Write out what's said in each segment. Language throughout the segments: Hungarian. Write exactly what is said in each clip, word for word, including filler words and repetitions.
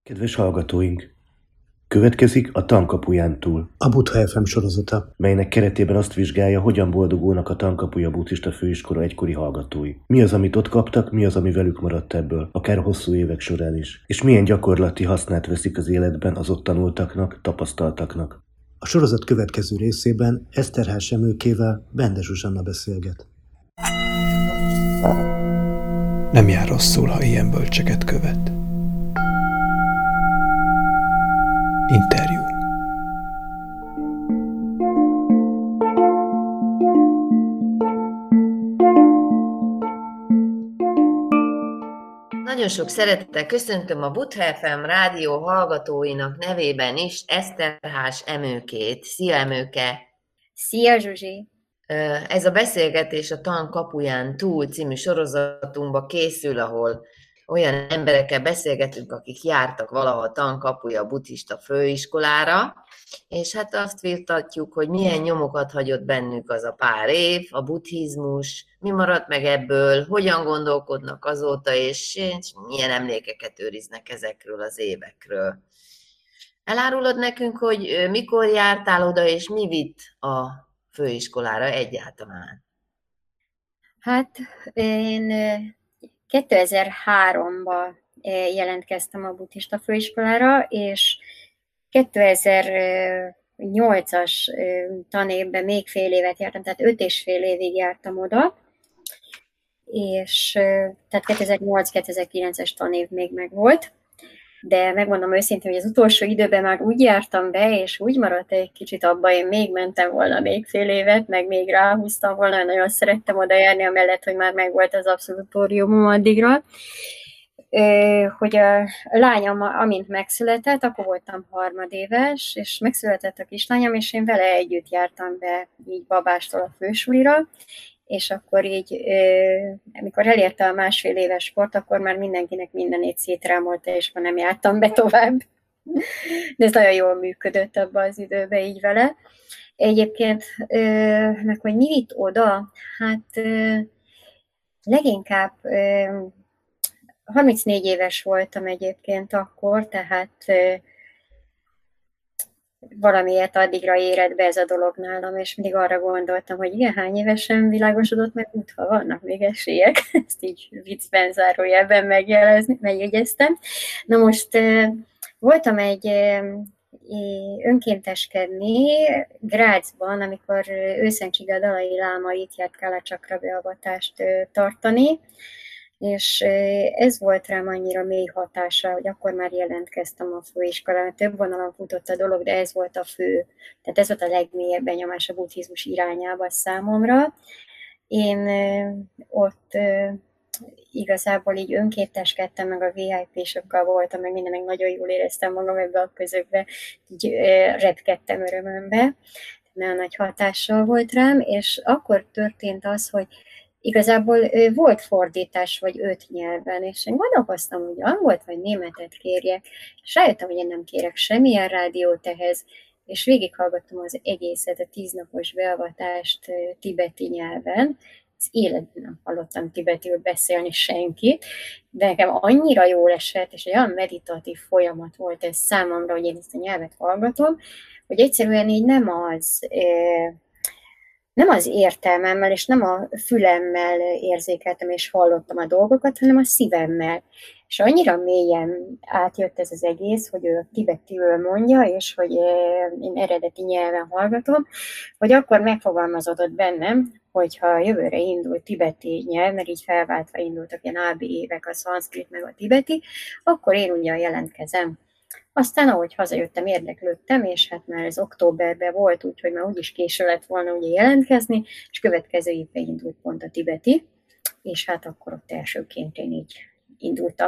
Kedves hallgatóink! Következik a Tankapuján túl, a Buddha ef em sorozata, melynek keretében azt vizsgálja, hogyan boldogulnak a Tankapuja buddhista főiskola egykori hallgatói. Mi az, amit ott kaptak, mi az, ami velük maradt ebből, akár hosszú évek során is, és milyen gyakorlati hasznát veszik az életben az ott tanultaknak, tapasztaltaknak. A sorozat következő részében Eszterház Emőkével Bende Zsuzsanna beszélget. Nem jár rosszul, ha ilyen bölcseket követ. Interjú. Nagyon sok szeretettel köszöntöm a Buddha ef em rádió hallgatóinak nevében is Eszterház Emőkét. Szia, Emőke! Szia, Zsuzsi! Ez a beszélgetés a Tankapuján túl című sorozatunkba készül, ahol olyan emberekkel beszélgetünk, akik jártak valaha a Tankapuja buddhista főiskolára, és hát azt vitatjuk, hogy milyen nyomokat hagyott bennük az a pár év, a buddhizmus, mi maradt meg ebből, hogyan gondolkodnak azóta, és, és milyen emlékeket őriznek ezekről az évekről. Elárulod nekünk, hogy mikor jártál oda, és mi vitt a főiskolára egyáltalán? Hát én kétezer-háromban jelentkeztem a buddhista főiskolára, és kétezer-nyolcas tanévben még fél évet jártam, tehát öt és fél évig jártam oda, és tehát kétezer-nyolc-kétezer-kilences tanév még megvolt, de megmondom őszintén, hogy az utolsó időben már úgy jártam be, és úgy maradt egy kicsit abba, én még mentem volna még fél évet, meg még ráhúztam volna, nagyon szerettem oda járni, amellett, hogy már megvolt az abszolutóriumom addigra. Hogy a lányom, amint megszületett, akkor voltam harmadéves, és megszületett a kislányom, és én vele együtt jártam be így babástól a fősulira, és akkor így, amikor elérte a másfél éves kort, akkor már mindenkinek mindenét szétrámolta, és már nem jártam be tovább. De ez nagyon jól működött abban az időben így vele. Egyébként, meg hogy mi vitt oda? Hát leginkább harmincnégy éves voltam egyébként akkor, tehát valamiért addigra érett be ez a dolog nálam, és mindig arra gondoltam, hogy igen, hány évesen világosodott meg, ha vannak még esélyek, ezt így viccben zárójelben megjelezni, megjegyeztem. Na most voltam egy önkénteskedni Grazban, amikor Őszentsége a Dalai Láma itt járt Kálacsakra beavatást tartani, és ez volt rám annyira mély hatása, hogy akkor már jelentkeztem a főiskolán. Több vonalon futott a dolog, de ez volt a fő, tehát ez volt a legmélyebb benyomás a buddhizmus irányába számomra. Én ott igazából így önkénteskedtem, meg a vé i pé-sokkal voltam, meg minden, meg nagyon jól éreztem magam ebbe a közökbe, így repkedtem örömömbe, nagyon nagy hatással volt rám, és akkor történt az, hogy igazából volt fordítás, vagy öt nyelven, és én gondolkoztam, hogy angolt vagy németet kérjek, és rájöttem, hogy én nem kérek semmilyen rádiót ehhez, és végighallgattam az egészet, a tíznapos beavatást tibeti nyelven. Az életben nem hallottam tibetiül beszélni senkit, de nekem annyira jól esett, és egy olyan meditatív folyamat volt ez számomra, hogy én ezt a nyelvet hallgatom, hogy egyszerűen így nem az... nem az értelmemmel, és nem a fülemmel érzékeltem és hallottam a dolgokat, hanem a szívemmel. És annyira mélyen átjött ez az egész, hogy ő tibetiül mondja, és hogy én eredeti nyelven hallgatom, hogy akkor megfogalmazódott bennem, hogyha jövőre indul tibeti nyelv, mert így felváltva indultak ilyen á bé évek, a szanszkrit meg a tibeti, akkor én ugyan jelentkezem. Aztán, ahogy hazajöttem, érdeklődtem, és hát már ez októberben volt, úgyhogy már úgyis késő lett volna ugye jelentkezni, és következő évben indult pont a tibeti, és hát akkor ott elsőként én így indultam,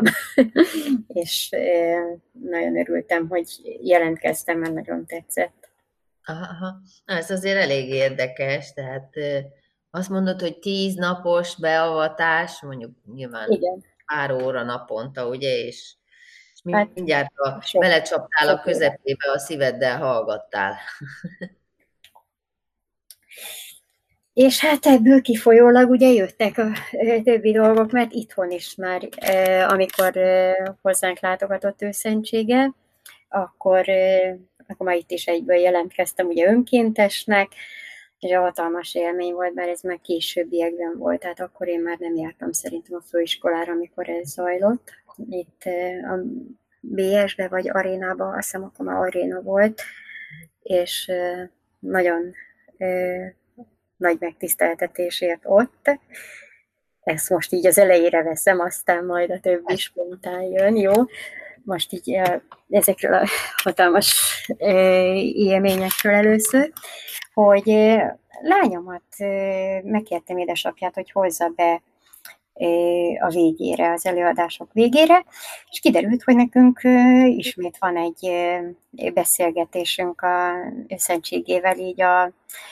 és nagyon örültem, hogy jelentkeztem, mert nagyon tetszett. Aha, ez azért elég érdekes, tehát azt mondod, hogy tíz napos beavatás, mondjuk nyilván igen. pár óra naponta, ugye, és Hát, mindjárt a, sok, belecsaptál sok a közepébe, a szíveddel hallgattál. És hát ebből kifolyólag ugye jöttek a többi dolgok, mert itthon is már, amikor hozzánk látogatott őszentsége, akkor, akkor már itt is egyből jelentkeztem ugye önkéntesnek, és a hatalmas élmény volt, bár ez már későbbiekben volt, tehát akkor én már nem jártam szerintem a főiskolára, amikor ez zajlott. Itt a bé es-be vagy arénába, azt hiszem akkor már aréna volt, és nagyon nagy megtiszteltetésért ott. Ezt most így az elejére veszem, aztán majd a többi spontán jön, jó? Most így ezekről a hatalmas élményekről először, hogy lányomat megkértem édesapját, hogy hozza be a végére, az előadások végére, és kiderült, hogy nekünk ismét van egy beszélgetésünk a szentségével, így a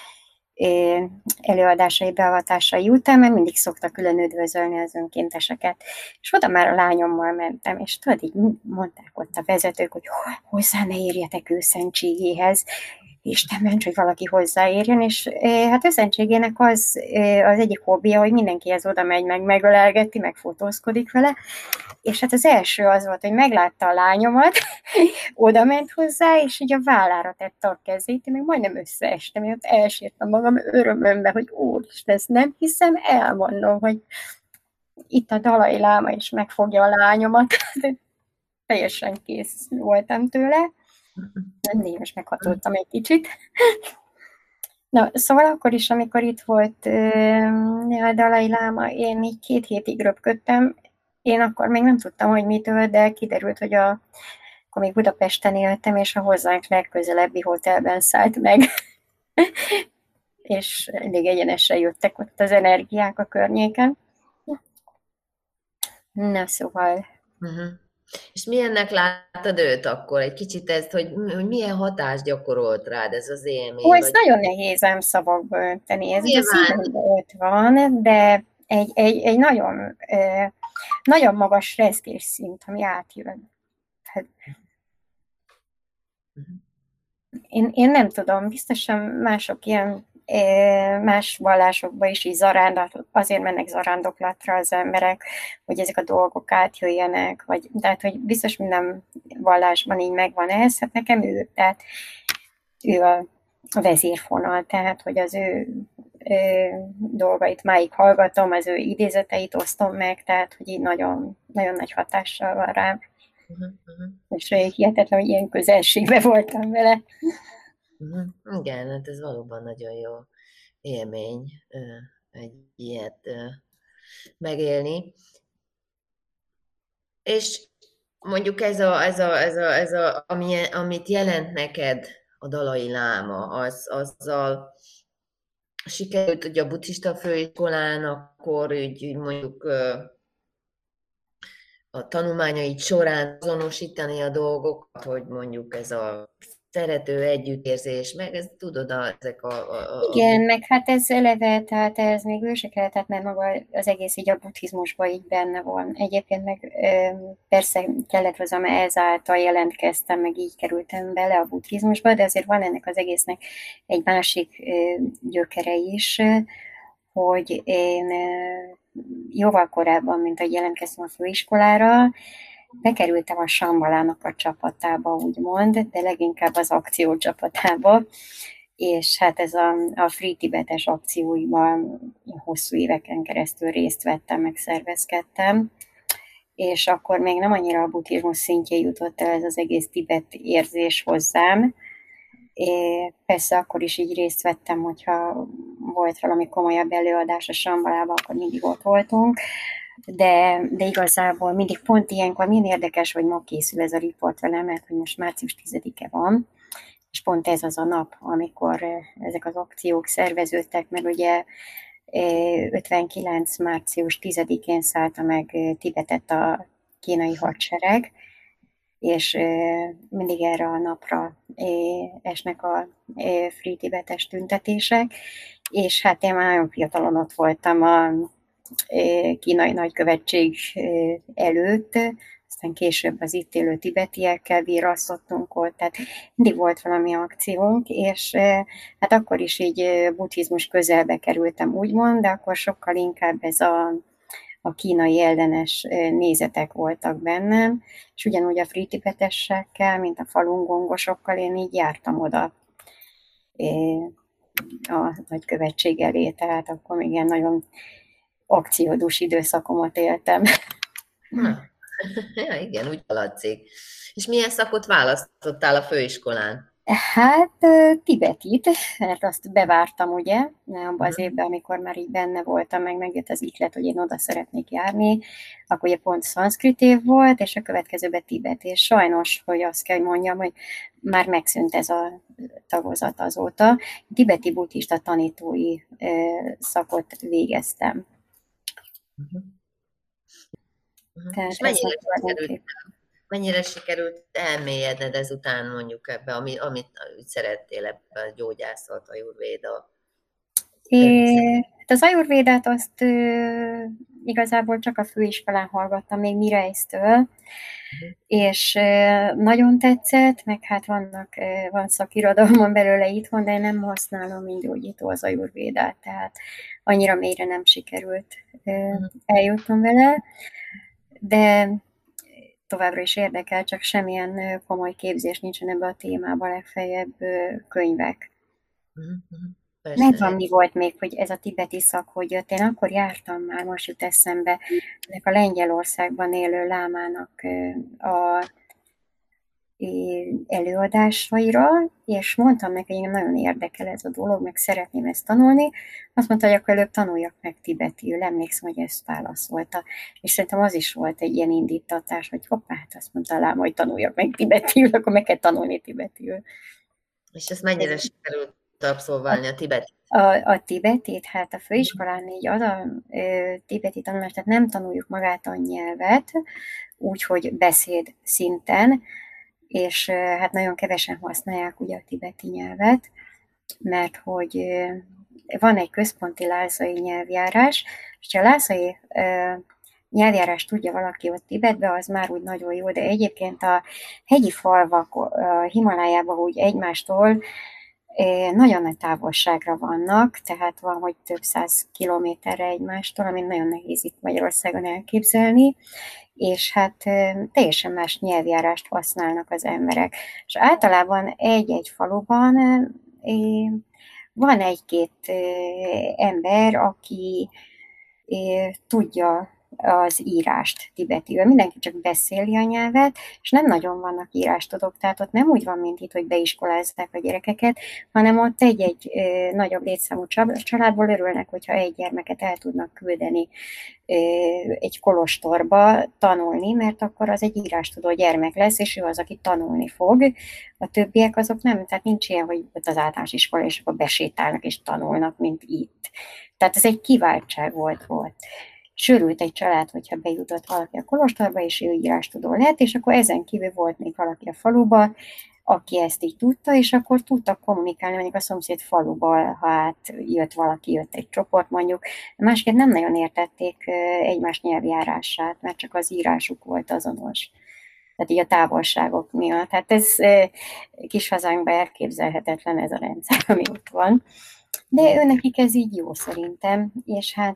előadásai, beavatásai után, mert mindig szokta külön üdvözölni az önkénteseket. És oda már a lányommal mentem, és tudod, így mondták ott a vezetők, hogy hozzá ne érjetek őszentségéhez, Isten ments, hogy valaki hozzáérjen, és hát őszentségének az, az egyik hobbija, hogy mindenkihez oda megy, meg megölelgeti, meg fotózkodik vele, és hát az első az volt, hogy meglátta a lányomat, oda ment hozzá, és így a vállára tette a kezét, én még majdnem összeestem, én ott elsírtam magam örömömbe, hogy úristen, ezt nem hiszem, elmondom, hogy itt a Dalai Láma is megfogja a lányomat, teljesen kész voltam tőle. Nem, most meghatoltam egy kicsit. Na, szóval akkor is, amikor itt volt uh, a Dalai Láma, én így két hétig röpködtem. Én akkor még nem tudtam, hogy mitől, de kiderült, hogy a, akkor még Budapesten éltem, és a hozzánk legközelebbi hotelben szállt meg. És elég egyenesen jöttek ott az energiák a környéken. Na, szóval... Uh-huh. És milyennek láttad őt akkor? Egy kicsit ezt, hogy, hogy milyen hatást gyakorolt rád ez az élmény? Ó, ez vagy... nagyon nehéz ám szavakba önteni, ez a szívemben ott van, de egy, egy, egy nagyon, eh, nagyon magas stresszkés szint, ami átjön. Hát, én, én nem tudom, biztosan mások ilyen más vallásokban is így zarándok, azért mennek zarándoklatra az emberek, hogy ezek a dolgok átjöjjenek, vagy, tehát, hogy biztos minden vallásban így megvan ez, hát nekem ő, tehát ő a, a vezérfonal, tehát, hogy az ő, ő dolgait máig hallgatom, az ő idézeteit osztom meg, tehát, hogy így nagyon, nagyon nagy hatással van rám. Uh-huh, uh-huh. És hihetetlen, hogy ilyen közelségben voltam vele. Uh-huh. Igen, hát ez valóban nagyon jó élmény egy ilyet megélni. És mondjuk ez a, ez a, ez a, ez a ami, amit jelent neked a Dalai Láma, az, azzal sikerült, hogy a buddhista főiskolán akkor úgy, úgy mondjuk a tanulmányaid során azonosítani a dolgokat, hogy mondjuk ez a szerető együttérzés, meg ez tudod, a, ezek a, a, a... Igen, meg hát ez eleve, tehát ez még ő se kellett, tehát mert maga az egész így a buddhizmusban így benne van. Egyébként meg persze kellett hozzá, mert ezáltal jelentkeztem, meg így kerültem bele a buddhizmusba, de azért van ennek az egésznek egy másik gyökere is, hogy én jóval korábban, mint ahogy jelentkeztem a főiskolára, bekerültem a Sambalának a csapatába, úgymond, de leginkább az akció csapatába, és hát ez a, a Free Tibetes akcióiban hosszú éveken keresztül részt vettem, meg szervezkedtem, és akkor még nem annyira a buddhizmus szintje jutott el ez az egész Tibet érzés hozzám. É, persze akkor is így részt vettem, hogyha volt valami komolyabb előadás a Sambalában, akkor mindig ott voltunk, de, de igazából mindig pont ilyenkor, milyen érdekes, hogy ma készül ez a riport velem, mert hogy most március tizedike van, és pont ez az a nap, amikor ezek az akciók szerveződtek, mert ugye ötvenkilenc március tizedikén szállta meg Tibetet a kínai hadsereg, és mindig erre a napra esnek a Free Tibetes tüntetések, és hát én már nagyon fiatalon ott voltam a kínai nagykövetség előtt, aztán később az itt élő tibetiekkel virrasztottunk ott, tehát mindig volt valami akciónk, és hát akkor is így buddhizmus közelbe kerültem, úgymond, de akkor sokkal inkább ez a, a kínai ellenes nézetek voltak bennem, és ugyanúgy a free tibetesekkel, mint a falun gongosokkal én így jártam oda a nagykövetség elé, tehát akkor még ilyen nagyon akciódús időszakomat éltem. Na, ja, igen, úgy hallatszik. És milyen szakot választottál a főiskolán? Hát tibetit, mert azt bevártam, ugye, abban az évben, amikor már így benne voltam, meg megjött az ihlet, hogy én oda szeretnék járni, akkor ugye pont szanszkrit év volt, és a következőben Tibet, és sajnos, hogy azt kell, hogy mondjam, hogy már megszűnt ez a tagozat azóta. Tibeti buddhista tanítói szakot végeztem. Uh-huh. Uh-huh. Tehát és mennyire ez sikerült, mennyire sikerült elmélyedned ezután mondjuk ebbe, ami, amit szerettél ebbe a gyógyászat, a ayurvéda? Az ayurvédát azt ö, igazából csak a főiskolán hallgattam, még Mirejsztől, uh-huh. és ö, nagyon tetszett, meg hát vannak, ö, van szakirodalmon belőle itthon, de én nem használom, mint gyógyító az ayurvédát, tehát annyira mélyre nem sikerült ö, uh-huh. eljutnom vele, de továbbra is érdekel, csak semmilyen komoly képzés nincsen ebbe a témában, legfeljebb könyvek. Uh-huh. Megvan, mi volt még, hogy ez a tibeti szak, hogy jött. Én akkor jártam már, most jut eszembe, ennek a Lengyelországban élő lámának a előadásaira, és mondtam neki, hogy nagyon érdekel ez a dolog, meg szeretném ezt tanulni. Azt mondta, hogy akkor előbb tanuljak meg tibetiül. Emlékszem, hogy ezt válaszolta. És szerintem az is volt egy ilyen indítatás, hogy hoppá, hát azt mondta lám, hogy tanuljak meg tibetiül, akkor meg kell tanulni tibetiül. És ezt mennyire ez... sikerült abszolválni a tibetit? A, a tibetit, hát a főiskolán így az a ö, tibeti tanulás, tehát nem tanuljuk magát a nyelvet, úgyhogy beszéd szinten, és hát nagyon kevesen használják ugye a tibeti nyelvet, mert hogy van egy központi lhásai nyelvjárás, és ha a lhásai nyelvjárást tudja valaki ott Tibetbe, az már úgy nagyon jó, de egyébként a hegyi falvak a Himalájában úgy egymástól nagyon nagy távolságra vannak, tehát van, hogy több száz kilométerre egymástól, amit nagyon nehéz itt Magyarországon elképzelni, és hát teljesen más nyelvjárást használnak az emberek. És általában egy-egy faluban van egy-két ember, aki tudja az írást tibetiül. Mindenki csak beszéli a nyelvet, és nem nagyon vannak írástudók, tehát ott nem úgy van, mint itt, hogy beiskolázzák a gyerekeket, hanem ott egy-egy ö, nagyobb létszámú családból örülnek, hogyha egy gyermeket el tudnak küldeni ö, egy kolostorba tanulni, mert akkor az egy írástudó gyermek lesz, és ő az, aki tanulni fog. A többiek azok nem, tehát nincs ilyen, hogy ott az általános iskola, és akkor besétálnak és tanulnak, mint itt. Tehát ez egy kiváltság volt volt. Sörült egy család, hogyha bejutott valaki a kolostorba, és ő írástudó lett, és akkor ezen kívül volt még valaki a faluban, aki ezt így tudta, és akkor tudtak kommunikálni, mondjuk a szomszéd faluban, ha hát jött valaki, jött egy csoport mondjuk. Másként nem nagyon értették egymás nyelvjárását, mert csak az írásuk volt azonos. Tehát így a távolságok miatt. Hát ez kis hazánkban elképzelhetetlen ez a rendszer, ami ott van. De őnekik ez így jó szerintem, és hát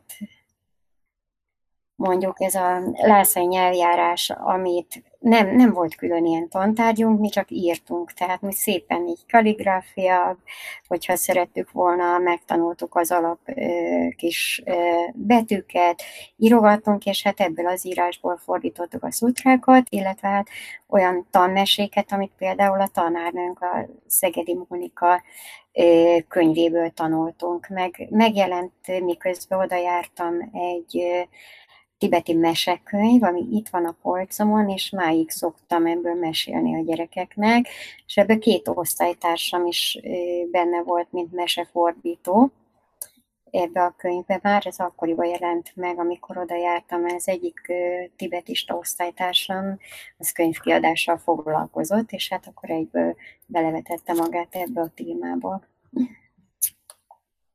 mondjuk ez a lhásai nyelvjárás, amit nem, nem volt külön ilyen tantárgyunk, mi csak írtunk, tehát mi szépen így kalligráfia, hogyha szerettük volna, megtanultuk az alap ö, kis ö, betűket, írogattunk, és hát ebből az írásból fordítottuk a szutrákat, illetve hát olyan tanmeséket, amit például a tanárnőnk, a Szegedi Mónika ö, könyvéből tanultunk. Meg, megjelent, miközben oda jártam egy ö, tibeti mesekönyv, ami itt van a polcomon, és máig szoktam ebből mesélni a gyerekeknek, és ebből két osztálytársam is benne volt, mint mesefordító ebbe a könyvbe. Már ez akkoriban jelent meg, amikor oda jártam, ez egyik tibetista osztálytársam, az könyvkiadással foglalkozott, és hát akkor egyből belevetette magát ebbe a témába.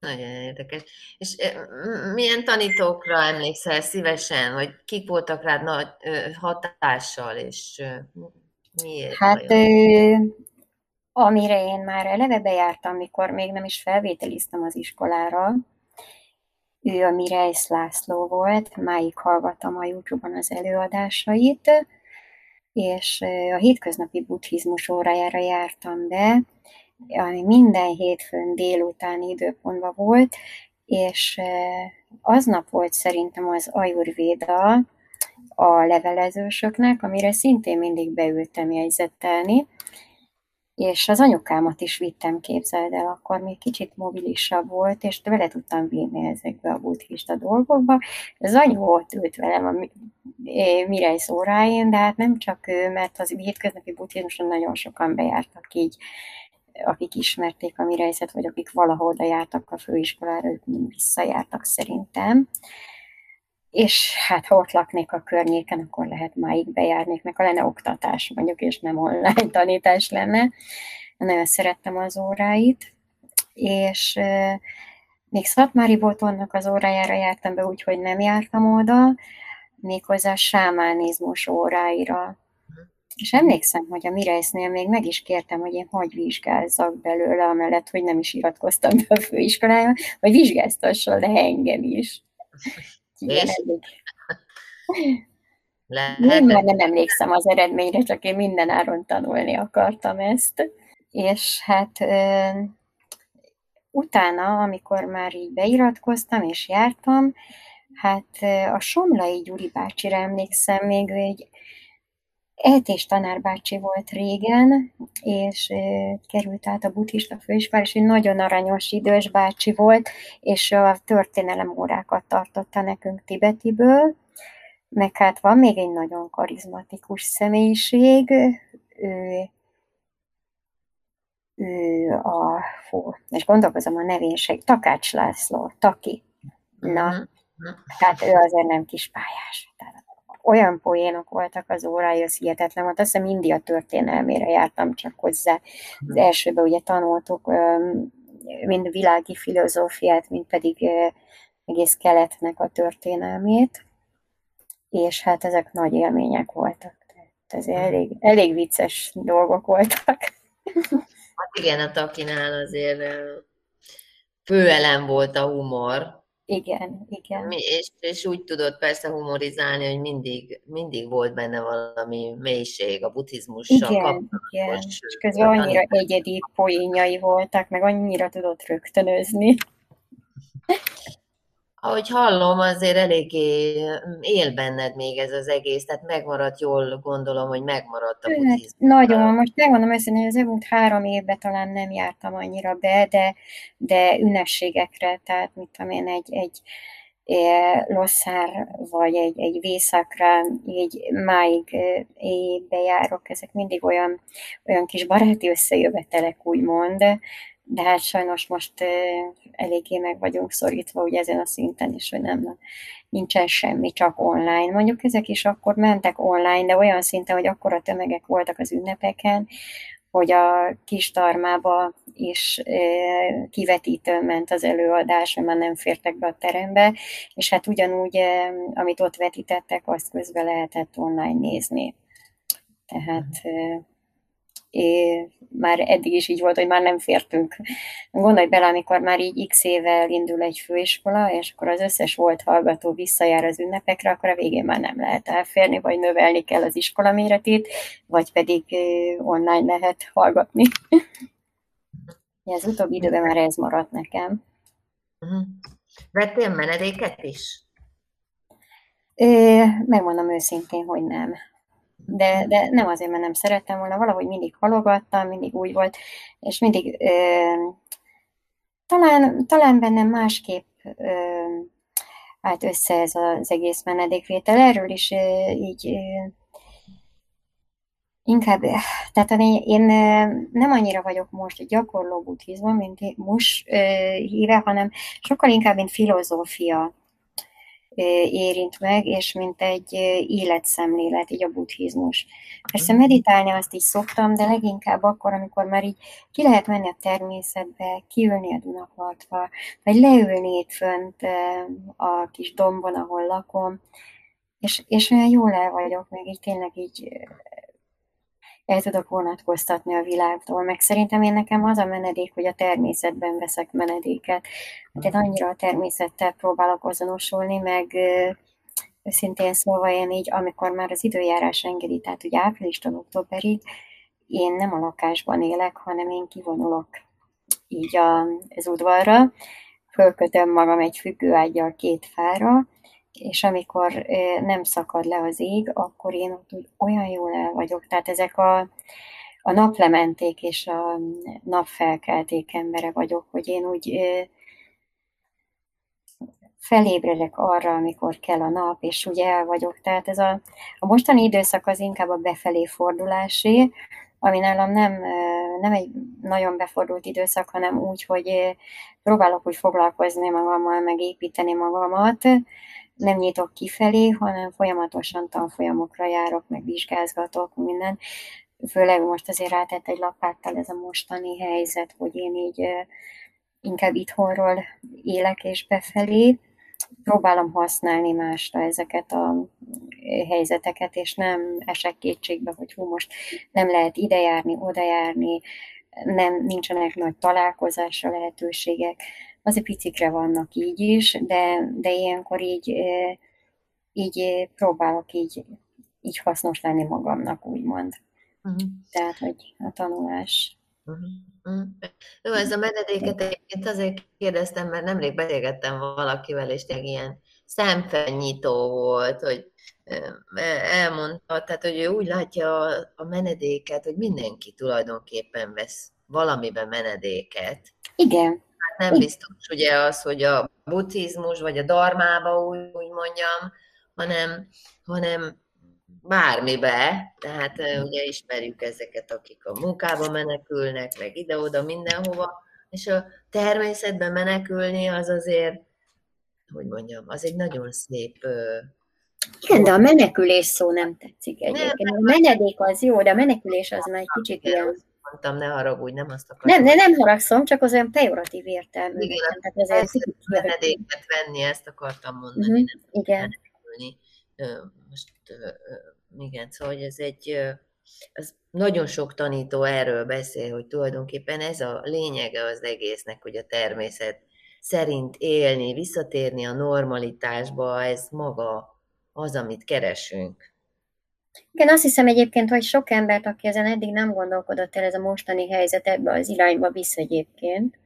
Nagyon érdekes. És milyen tanítókra emlékszel szívesen, vagy kik voltak rád nagy hatással, és miért Hát, vajon? amire én már eleve bejártam, mikor még nem is felvételiztem az iskolára, ő a Mirejsz László volt, máig hallgatom a YouTube-on az előadásait, és a hétköznapi buddhizmus órájára jártam be, ami minden hétfőn délutáni időpontban volt, és aznap volt szerintem az Ajurvéda a levelezősöknek, amire szintén mindig beültem jegyzettelni, és az anyukámat is vittem, képzeld el, akkor még kicsit mobilisabb volt, és vele tudtam vinni ezekbe a buddhista dolgokba. Az anyu ott ült velem a Mirejsz óráin, de hát nem csak ő, mert az hétköznapi buddhizmuson nagyon sokan bejártak így, akik ismerték a Mirejszet, vagy akik valahol oda jártak a főiskolára, ők mind visszajártak szerintem. És hát ha ott laknék a környéken, akkor lehet máig bejárnék, meg ha lenne oktatás mondjuk, és nem online tanítás lenne. Nagyon szerettem az óráit, és euh, még Szatmári Botondnak az órájára jártam be, úgyhogy nem jártam oda, méghozzá sámánizmus óráira. És emlékszem, hogy a Mirejsznél még meg is kértem, hogy én hagy vizsgázzak belőle, amellett, hogy nem is iratkoztam be a főiskolára, hogy vizsgáztasson le engem is. Igen, én már nem emlékszem az eredményre, csak én minden áron tanulni akartam ezt. És hát ö, utána, amikor már így beiratkoztam és jártam, hát a Somlai Gyuri bácsira emlékszem, még egy é té-s tanárbácsi volt régen, és ö, került át a buddhista főiskolára, és egy nagyon aranyos, idős bácsi volt, és a történelem órákat tartotta nekünk tibetiből, meg hát van még egy nagyon karizmatikus személyiség, ő, ő a, fú, és gondolkozom a nevén se, Takács László, Taki. Na, hát ő azért nem kispályás. Tehát olyan poénok voltak az órája, az hihetetlen volt. Azt hiszem India történelmére jártam csak hozzá. Az elsőben ugye tanultuk mind világi filozófiát, mind pedig egész keletnek a történelmét, és hát ezek nagy élmények voltak. Tehát ez elég, elég vicces dolgok voltak. Hát igen, a Takinál azért főelem volt a humor. Igen, igen. És, és úgy tudott persze humorizálni, hogy mindig, mindig volt benne valami mélység a buddhizmussal igen, igen. És közben annyira egyedi poénjai voltak, meg annyira tudott rögtönözni. Ahogy hallom, azért eléggé él benned még ez az egész, tehát megmaradt, jól gondolom, hogy megmaradt a buddhizmus. Nagyon, most megmondom őszintén, hogy az elmúlt három évben talán nem jártam annyira be, de, de ünnepségekre, tehát mit tudom én, egy, egy losszár, vagy egy, egy vészakra, így máig bejárok, ezek mindig olyan, olyan kis baráti összejövetelek, úgymond, de hát sajnos most eléggé meg vagyunk szorítva ugye ezen a szinten is, hogy nem, nincsen semmi, csak online. Mondjuk ezek is akkor mentek online, de olyan szinten, hogy akkora tömegek voltak az ünnepeken, hogy a Kistarmába is kivetítőn ment az előadás, mert már nem fértek be a terembe, és hát ugyanúgy, amit ott vetítettek, azt közben lehetett online nézni. Tehát É, már eddig is így volt, hogy már nem fértünk. Gondolj bele, amikor már így x évvel indul egy főiskola, és akkor az összes volt hallgató visszajár az ünnepekre, akkor a végén már nem lehet elférni, vagy növelni kell az iskola méretét, vagy pedig online lehet hallgatni. Az utóbbi időben már ez maradt nekem. Vettél menedéket is? É, megmondom őszintén, hogy nem. De, de nem azért, mert nem szerettem volna, valahogy mindig halogattam, mindig úgy volt, és mindig ö, talán, talán bennem másképp ö, állt össze ez az egész menedékvétel. Erről is ö, így ö, inkább, tehát én, én nem annyira vagyok most gyakorló buddhizmus, mint most híve, hanem sokkal inkább, mint filozófia. érint meg, és mint egy életszemlélet, így a buddhizmus. Persze meditálni azt is szoktam, de leginkább akkor, amikor már így ki lehet menni a természetbe, kiülni a Dunapartra, vagy leülni itt fönt a kis dombon, ahol lakom, és, és olyan jól el vagyok, meg így tényleg így el tudok vonatkoztatni a világtól, meg szerintem én nekem az a menedék, hogy a természetben veszek menedéket. Tehát annyira a természettel próbálok azonosulni, meg őszintén szólva én így, amikor már az időjárás engedi, tehát ugye áprilistól októberig, én nem a lakásban élek, hanem én kivonulok így az udvarra, fölkötöm magam egy függőággyal két fára, és amikor nem szakad le az ég, akkor én ott úgy olyan jól el vagyok. Tehát ezek a, a naplementék és a napfelkelték embere vagyok, hogy én úgy felébredek arra, amikor kell a nap, és úgy el vagyok. Tehát ez a, a mostani időszak az inkább a befelé fordulásé, ami nálam nem, nem egy nagyon befordult időszak, hanem úgy, hogy próbálok úgy foglalkozni magammal, meg építeni magamat. Nem nyitok kifelé, hanem folyamatosan tanfolyamokra járok, meg vizsgázgatok, minden. Főleg most azért rátett egy lapáttal ez a mostani helyzet, hogy én így inkább itthonról élek és befelé. Próbálom használni másra ezeket a helyzeteket, és nem esek kétségbe, hogy hú, most nem lehet ide járni, oda járni, nem, nincsenek nagy találkozásra lehetőségek. Azért picikre vannak így is, de, de ilyenkor így, így próbálok így, így hasznos lenni magamnak, úgymond. Uh-huh. Tehát, hogy a tanulás. Uh-huh. Uh-huh. Jó, ez a menedéket egyébként azért kérdeztem, mert nemrég beszélgettem valakivel, és tényleg ilyen szemfelnyitó volt, hogy elmondta, tehát, hogy ő úgy látja a menedéket, hogy mindenki tulajdonképpen vesz valamiben menedéket. Igen. Hát nem biztos ugye az, hogy a buddhizmus, vagy a dharmába úgy, úgy mondjam, hanem, hanem bármibe, tehát ugye ismerjük ezeket, akik a munkába menekülnek, meg ide-oda, mindenhova, és a természetben menekülni az azért, hogy mondjam, az egy nagyon szép... Igen, de a menekülés szó nem tetszik egyébként. A menedék az jó, de a menekülés az már egy kicsit ilyen... Mondtam, ne haragudj, nem azt akartam. Nem, nem, nem haragszom, csak az olyan pejoratív értelmű. Igen, tehát ezért menedéket venni, ezt akartam mondani. Uh-huh, nem igen. Menekülni. Most igen, szóval hogy ez egy, az nagyon sok tanító erről beszél, hogy tulajdonképpen ez a lényege az egésznek, hogy a természet szerint élni, visszatérni a normalitásba, ez maga az, amit keresünk. Igen, azt hiszem egyébként, hogy sok embert, aki ezen eddig nem gondolkodott el, ez a mostani helyzet ebbe az irányba visz egyébként.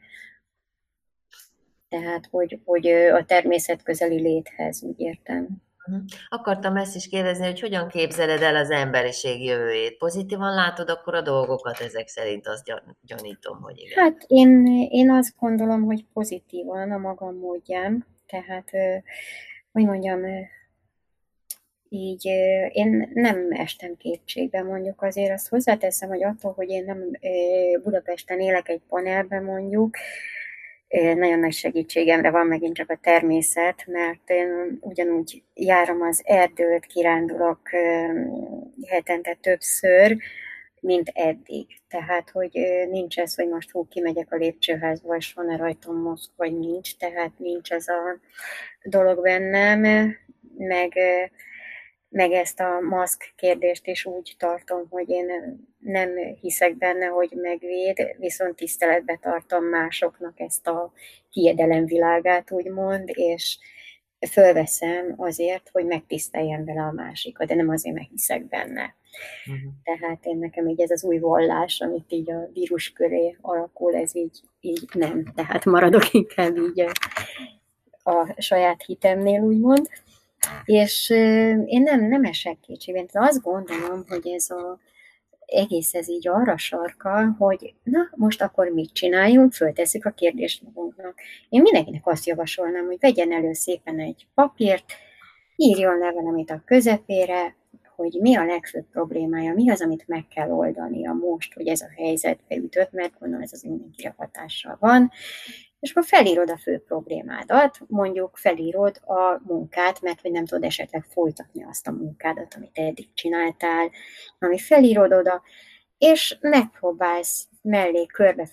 Tehát, hogy, hogy a természet közeli léthez, úgy értem. Akartam ezt is kérdezni, hogy hogyan képzeled el az emberiség jövőjét? Pozitívan látod akkor a dolgokat ezek szerint, azt gyanítom, hogy igen. Hát én, én azt gondolom, hogy pozitívan a magam módján. Tehát, hogy mondjam, így én nem estem kétségbe, mondjuk azért azt hozzáteszem, hogy attól, hogy én nem Budapesten élek egy panelben mondjuk, nagyon nagy segítségemre van megint csak a természet, mert én ugyanúgy járom az erdőt, kirándulok hetente többször, mint eddig. Tehát, hogy nincs ez, hogy most hú, kimegyek a lépcsőházba, és van-e rajtam mozg, vagy nincs, tehát nincs ez a dolog bennem, meg, meg ezt a maszk kérdést is úgy tartom, hogy én nem hiszek benne, hogy megvéd, viszont tiszteletbe tartom másoknak ezt a hiedelemvilágát, úgymond, és fölveszem azért, hogy megtiszteljem vele a másikat, de nem azért, mert hiszek benne. Uh-huh. Tehát én nekem így ez az új vallás, amit így a vírus köré alakul, ez így, így nem. Tehát maradok inkább így a, a saját hitemnél, úgymond. És euh, én nem, nem esek kétségbe. Én azt gondolom, hogy ez a egész ez így arra sarkal, hogy na, most akkor mit csináljunk, föltesszük a kérdést magunknak. Én mindenkinek azt javasolnám, hogy vegyen elő szépen egy papírt, írjon le valamit a közepére, hogy mi a legfőbb problémája, mi az, amit meg kell oldania most, hogy ez a helyzetbe ütött, mert gondolom ez az mindenkire hatással van, és akkor felírod a fő problémádat, mondjuk felírod a munkát, mert hogy nem tudod esetleg folytatni azt a munkádat, amit eddig csináltál, ami felírod oda, és megpróbálsz mellé körbe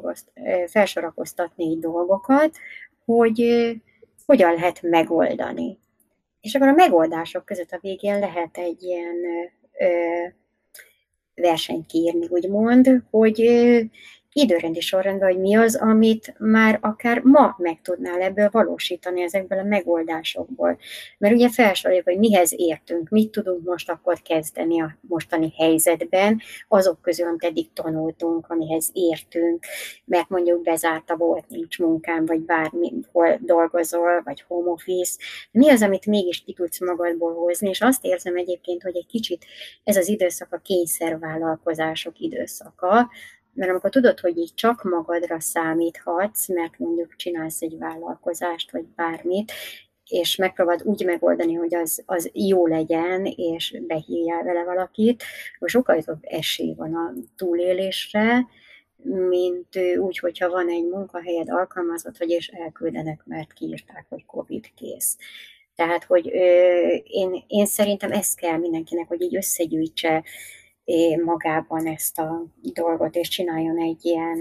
felsorakoztatni dolgokat, hogy hogyan lehet megoldani. És akkor a megoldások között a végén lehet egy ilyen ö, versenyt kiírni, úgymond, hogy ö, időrendi sorrendben, hogy mi az, amit már akár ma meg tudnál ebből valósítani, ezekből a megoldásokból. Mert ugye felsoroljuk, hogy mihez értünk, mit tudunk most akkor kezdeni a mostani helyzetben, azok közül, amit eddig tanultunk, amihez értünk, mert mondjuk bezárta volt, nincs munkám, vagy bármihol dolgozol, vagy home office. Mi az, amit mégis ki tudsz magadból hozni, és azt érzem egyébként, hogy egy kicsit ez az időszak a kényszervállalkozások időszaka, mert amikor tudod, hogy így csak magadra számíthatsz, mert mondjuk csinálsz egy vállalkozást, vagy bármit, és megpróbáld úgy megoldani, hogy az, az jó legyen, és behívjál vele valakit, akkor sokkal jobb esély van a túlélésre, mint úgy, hogyha van egy munkahelyed, alkalmazott vagy, és elküldenek, mert kiírták, hogy Covid kész. Tehát, hogy ö, én, én szerintem ez kell mindenkinek, hogy így összegyűjtse magában ezt a dolgot, és csináljon egy ilyen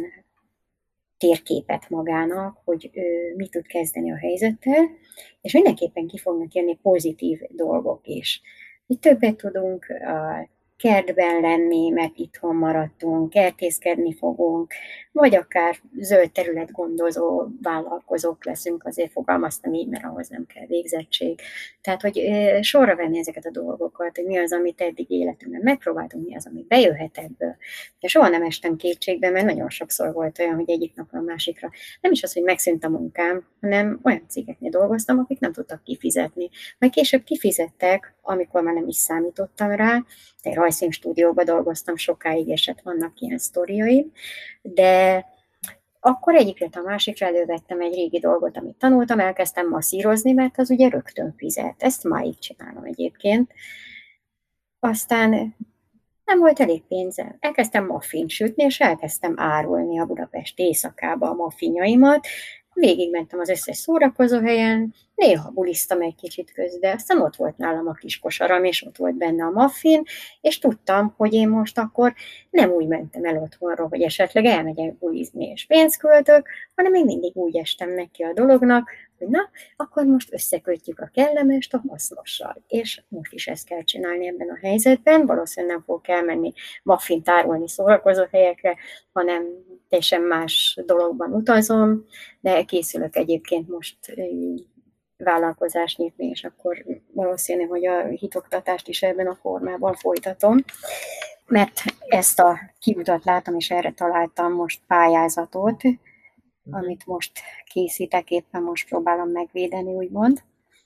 térképet magának, hogy ő mit tud kezdeni a helyzettel, és mindenképpen ki fognak jönni pozitív dolgok is. Mi többet tudunk a kertben lenni, mert itthon maradtunk, kertészkedni fogunk, vagy akár zöld terület gondozó vállalkozók leszünk, azért fogalmaztam így, mert ahhoz nem kell végzettség. Tehát, hogy sorra venni ezeket a dolgokat, hogy mi az, amit eddig életünkben megpróbáltunk, mi az, ami bejöhet ebből. De soha nem estem kétségbe, mert nagyon sokszor volt olyan, hogy egyik napra a másikra nem is az, hogy megszűnt a munkám, hanem olyan cégeknél dolgoztam, akik nem tudtak kifizetni. Majd később kifizettek, amikor már nem is számítottam rá. Egy rajzfilmstúdióban dolgoztam sokáig, és hát vannak ilyen sztoriaim, de akkor egyikre a másikra elővettem egy régi dolgot, amit tanultam, elkezdtem masszírozni, mert az ugye rögtön fizet. Ezt máig csinálom egyébként. Aztán nem volt elég pénzem. Elkezdtem muffint sütni, és elkezdtem árulni a Budapest éjszakába a muffinjaimat. Végigmentem az összes szórakozóhelyen, néha bulisztam egy kicsit közben, aztán ott volt nálam a kis kosaram, és ott volt benne a muffin, és tudtam, hogy én most akkor nem úgy mentem el otthonról, hogy esetleg elmegyek bulizni és pénzt költök, hanem még mindig úgy estem neki a dolognak, hogy na, akkor most összekötjük a kellemest a hasznossal. És most is ezt kell csinálni ebben a helyzetben, valószínűleg nem fogok elmenni muffint tárolni szórakozó helyekre, hanem teljesen más dologban utazom, de készülök egyébként most vállalkozást nyitni, és akkor valószínű, hogy a hitoktatást is ebben a formában folytatom, mert ezt a kiutat látom, és erre találtam most pályázatot, amit most készítek, éppen most próbálom megvédeni, úgymond.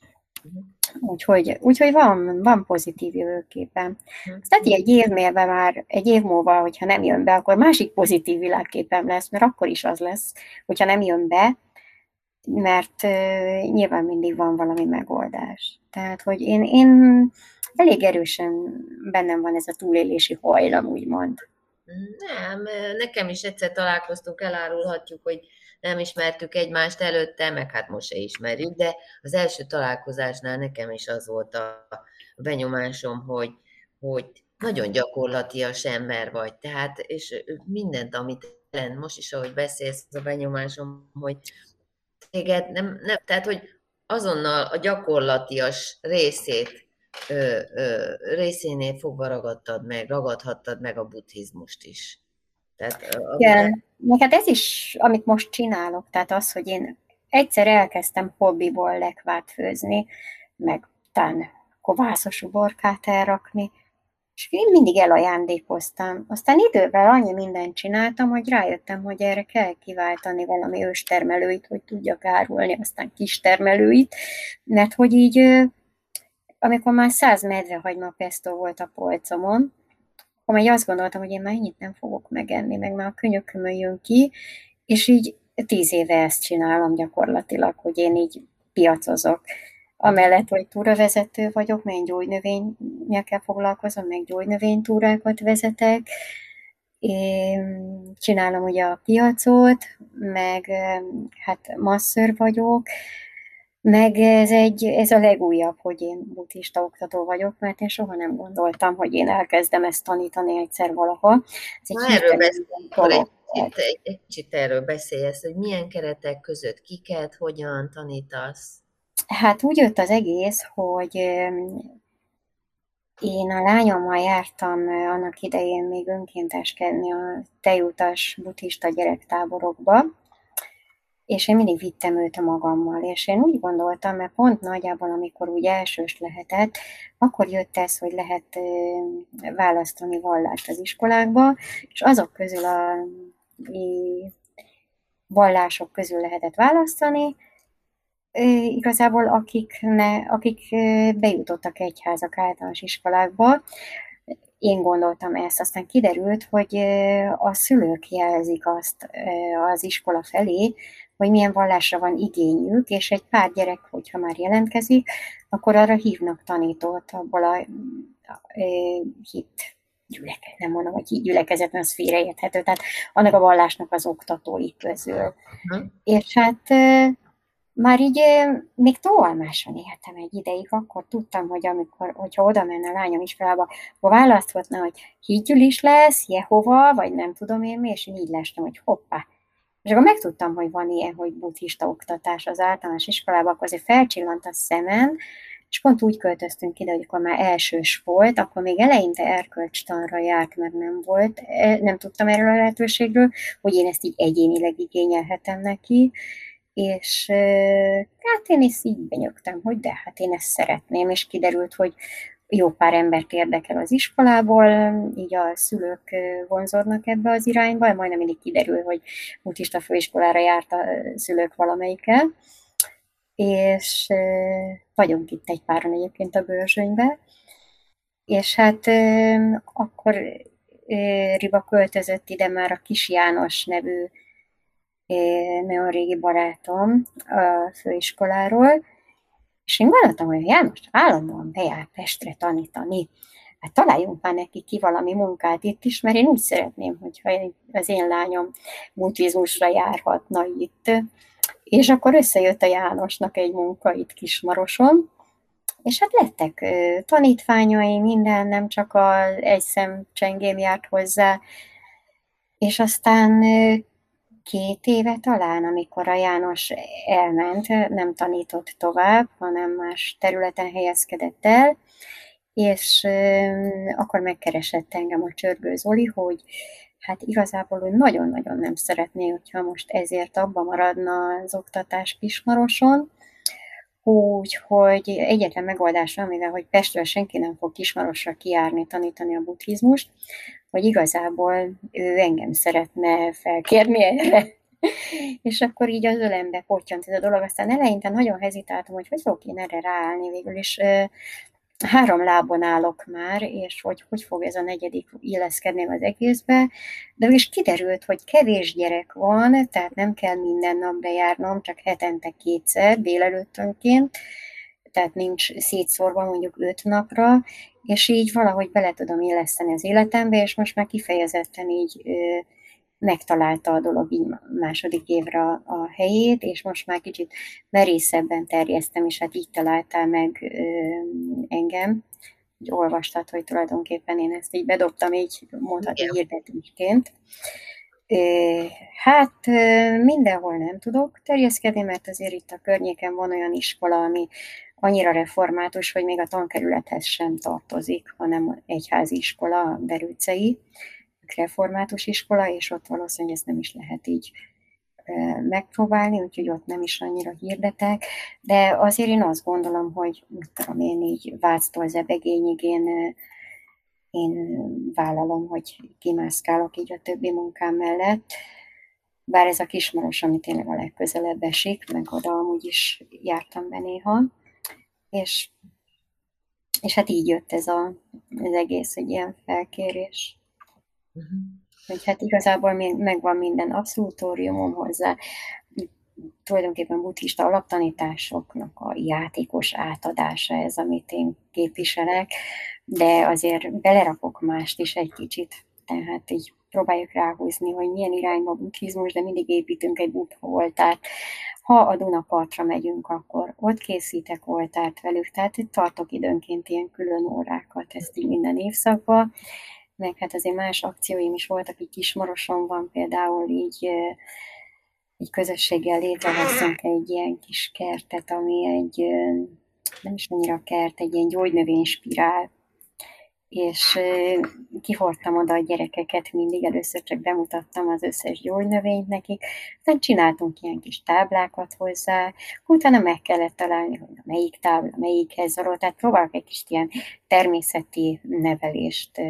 Úgyhogy, úgyhogy van, van pozitív jövőképen. Tehát egy év mérve már, egy év múlva, hogyha nem jön be, akkor másik pozitív világképem lesz, mert akkor is az lesz, hogyha nem jön be, mert uh, nyilván mindig van valami megoldás. Tehát, hogy én, én elég erősen bennem van ez a túlélési hajlam, úgymond. Nem, nekem is egyszer találkoztunk, elárulhatjuk, hogy nem ismertük egymást előtte, meg hát most se ismerjük, de az első találkozásnál nekem is az volt a benyomásom, hogy, hogy nagyon gyakorlatias ember vagy, tehát, és mindent, amit ellen, most is, ahogy beszélsz, az a benyomásom, hogy téged nem, nem, tehát, hogy azonnal a gyakorlatias részét Ö, ö, részénél fogva ragadtad meg, ragadhattad meg a buddhizmust is. Tehát, igen, meg hát ez is, amit most csinálok, tehát az, hogy én egyszer elkezdtem hobbiból lekvárt főzni, meg tán kovászos uborkát elrakni, és én mindig elajándékoztam. Aztán idővel annyi mindent csináltam, hogy rájöttem, hogy erre kell kiváltani valami őstermelőit, hogy tudjak árulni, aztán kistermelőit, mert hogy így amikor már száz medvehagyma pesto volt a polcomon, akkor már azt gondoltam, hogy én már ennyit nem fogok megenni, meg már a könyökömön jön ki, és így tíz éve ezt csinálom gyakorlatilag, hogy én így piacozok. Amellett, hogy túravezető vagyok, meg gyógynövényekkel foglalkozom, meg gyógynövénytúrákat vezetek, Én csinálom ugye a piacot, meg hát masször vagyok, meg ez, egy, ez a legújabb, hogy én buddhista oktató vagyok, mert én soha nem gondoltam, hogy én elkezdem ezt tanítani egyszer valaha. Ez egy Na, erről beszélj, akkor egy dolog. kicsit, egy, egy kicsit erről beszélsz, hogy milyen keretek között kiket, hogyan tanítasz. Hát úgy jött az egész, hogy én a lányommal jártam annak idején még önkénteskedni a tejutas buddhista gyerektáborokba, és én mindig vittem őt magammal, és én úgy gondoltam, mert pont nagyjából, amikor úgy elsős lehetett, akkor jött ez, hogy lehet választani vallást az iskolákba, és azok közül a vallások közül lehetett választani, igazából akik, ne, akik bejutottak egyházak általános iskolákba. Én gondoltam ezt, aztán kiderült, hogy a szülők jelzik azt az iskola felé, hogy milyen vallásra van igényük, és egy pár gyerek, hogyha már jelentkezik, akkor arra hívnak tanítót abból a, a, a hit gyüleket, nem mondom, hogy hit gyülekezet, az félreérthető, tehát annak a vallásnak az oktatói közül. Uh-huh. És hát már így még Tóalmáson éltem egy ideig, akkor tudtam, hogy amikor, hogyha oda menne a lányom iskolába, akkor választhatna, hogy hídgyűlis lesz, Jehova, vagy nem tudom én mi, és én így lestem, hogy hoppá. És akkor megtudtam, hogy van ilyen, hogy buddhista oktatás az általános iskolában, akkor azért felcsillant a szemen, és pont úgy költöztünk ide, hogy akkor már elsős volt, akkor még eleinte erkölcstanra járt, mert nem volt, nem tudtam erről a lehetőségről, hogy én ezt így egyénileg igényelhetem neki, és hát én is így benyögtem, hogy de hát én ezt szeretném, és kiderült, hogy jó pár embert érdekel az iskolából, így a szülők vonzódnak ebbe az irányba, majdnem mindig kiderül, hogy buddhista főiskolára járt a szülők valamelyike, és vagyunk itt egy páron egyébként a Börzsönybe, és hát akkor Riba költözött ide már a Kis János nevű nagyon régi barátom a főiskoláról, és én gondoltam, hogy János állandóan bejár Pestre tanítani. Hát találjunk már neki ki valami munkát itt is, mert én úgy szeretném, hogyha az én lányom buddhizmusra járhatna itt. És akkor összejött a Jánosnak egy munka itt Kismaroson, és hát lettek tanítványai, minden, nem csak az egy szemcsengém járt hozzá, és aztán két éve talán, amikor a János elment, nem tanított tovább, hanem más területen helyezkedett el, és akkor megkeresett engem a Csörgő Zoli, hogy hát igazából ő nagyon-nagyon nem szeretné, hogyha most ezért abba maradna az oktatás Kismaroson, úgyhogy egyetlen megoldás, amivel, hogy Pestről senki nem fog Kismarosra kijárni, tanítani a buddhizmust, hogy igazából ő engem szeretne felkérni erre. És akkor így az ölembe pottyant ez a dolog. Aztán eleinte nagyon hezitáltam, hogy hogy fogok én erre ráállni végül, és három lábon állok már, és hogy hogy fog ez a negyedik illeszkedni az egészbe, de is kiderült, hogy kevés gyerek van, tehát nem kell minden nap bejárnom, csak hetente kétszer, délelőttönként, tehát nincs szétszórva mondjuk öt napra, és így valahogy bele tudom illeszteni az életembe, és most már kifejezetten így ö, megtalálta a dolog így második évre a, a helyét, és most már kicsit merészebben terjesztem, és hát így találtál meg ö, engem, hogy olvastad, hogy tulajdonképpen én ezt így bedobtam, így mondhatni hirdetésként. Hát mindenhol nem tudok terjeszkedni, mert azért itt a környéken van olyan iskola, ami annyira református, hogy még a tankerülethez sem tartozik, hanem egyházi iskola, a Berőcei református iskola, és ott valószínűleg ezt nem is lehet így megpróbálni, úgyhogy ott nem is annyira hirdetek, de azért én azt gondolom, hogy mit tudom én így Váctól Zebegényig én, én vállalom, hogy kimászkálok így a többi munkám mellett, bár ez a Kismaros, ami tényleg a legközelebb esik, meg oda amúgy is jártam be néha, és, és hát így jött ez a, az egész egy ilyen felkérés. Uh-huh. Hogy hát igazából még megvan minden abszolutóriumom hozzá, tulajdonképpen buddhista alaptanításoknak a játékos átadása ez, amit én képviselek, de azért belerakok mást is egy kicsit, tehát így próbáljuk ráhúzni, hogy milyen irányba buddhizmus, de mindig építünk egy buddha oltárt. Ha a Dunapartra megyünk, akkor ott készítek oltárt velük, tehát itt tartok időnként ilyen külön órákat, ezt így minden évszakban, meg hát azért más akcióim is voltak, így Kismaroson van például így, így közösséggel létrehoztunk egy ilyen kis kertet, ami egy, nem is annyira kert, egy ilyen gyógynövényspirál, és kihordtam oda a gyerekeket mindig, először csak bemutattam az összes gyógynövényt nekik, aztán csináltunk ilyen kis táblákat hozzá, utána meg kellett találni, hogy a melyik tábla, melyikhez való, tehát próbálok egy kis ilyen természeti nevelést